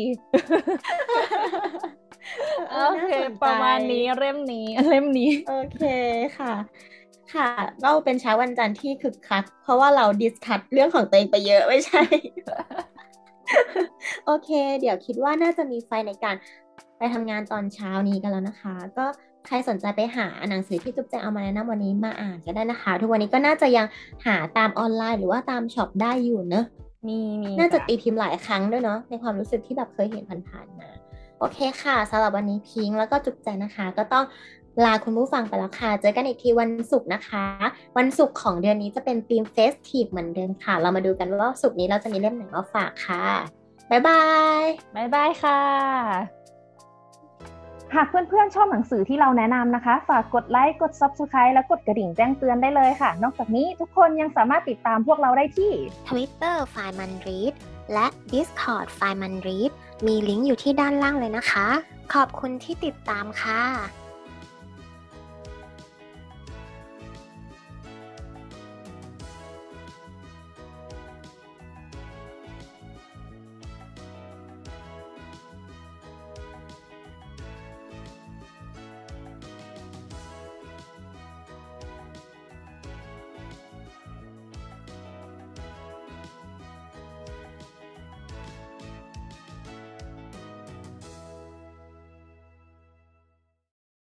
เอโออเคน่าสนใจประมาณนี้เล่มนี้เล่มนี้โอเคค่ะค่ะก็เป็นเช้าวันจันทร์ที่คึกคักเพราะว่าเราดิสคัสเรื่องของตัวเองไปเยอะไม่ใช่ โอเคเดี๋ยวคิดว่าน่าจะมีไฟในการไปทำงานตอนเช้านี้กันแล้วนะคะก็ใครสนใจไปหาหนังสือที่จุ๊บแจงเอามาแนะนำวันนี้มาอ่านก็ได้นะคะทุกวันนี้ก็น่าจะยังหาตามออนไลน์หรือว่าตามช็อปได้อยู่เนอะมีมีน่าจะจ้ะตีพิมพ์หลายครั้งด้วยเนาะในความรู้สึกที่แบบเคยเห็นผ่านๆมาโอเคค่ะสำหรับวันนี้พิงค์แล้วก็จุ๊บแจงนะคะก็ต้องลาคุณผู้ฟังไปแล้วค่ะเจอกันอีกทีวันศุกร์นะคะวันศุกร์ของเดือนนี้จะเป็นธีมเฟสทีฟเหมือนเดิมค่ะเรามาดูกันว่าศุกร์นี้เราจะมีเล่มไหนมาฝากค่ะบ๊ายบายบ๊ายบายค่ะหากเพื่อนๆชอบหนังสือที่เราแนะนำนะคะฝากกดไลค์กด ซับสไครบ์ และกดกระดิ่งแจ้งเตือนได้เลยค่ะนอกจากนี้ทุกคนยังสามารถติดตามพวกเราได้ที่ Twitter ไฟมันรีดและ Discord ไฟมันรีดมีลิงก์อยู่ที่ด้านล่างเลยนะคะขอบคุณที่ติดตามค่ะ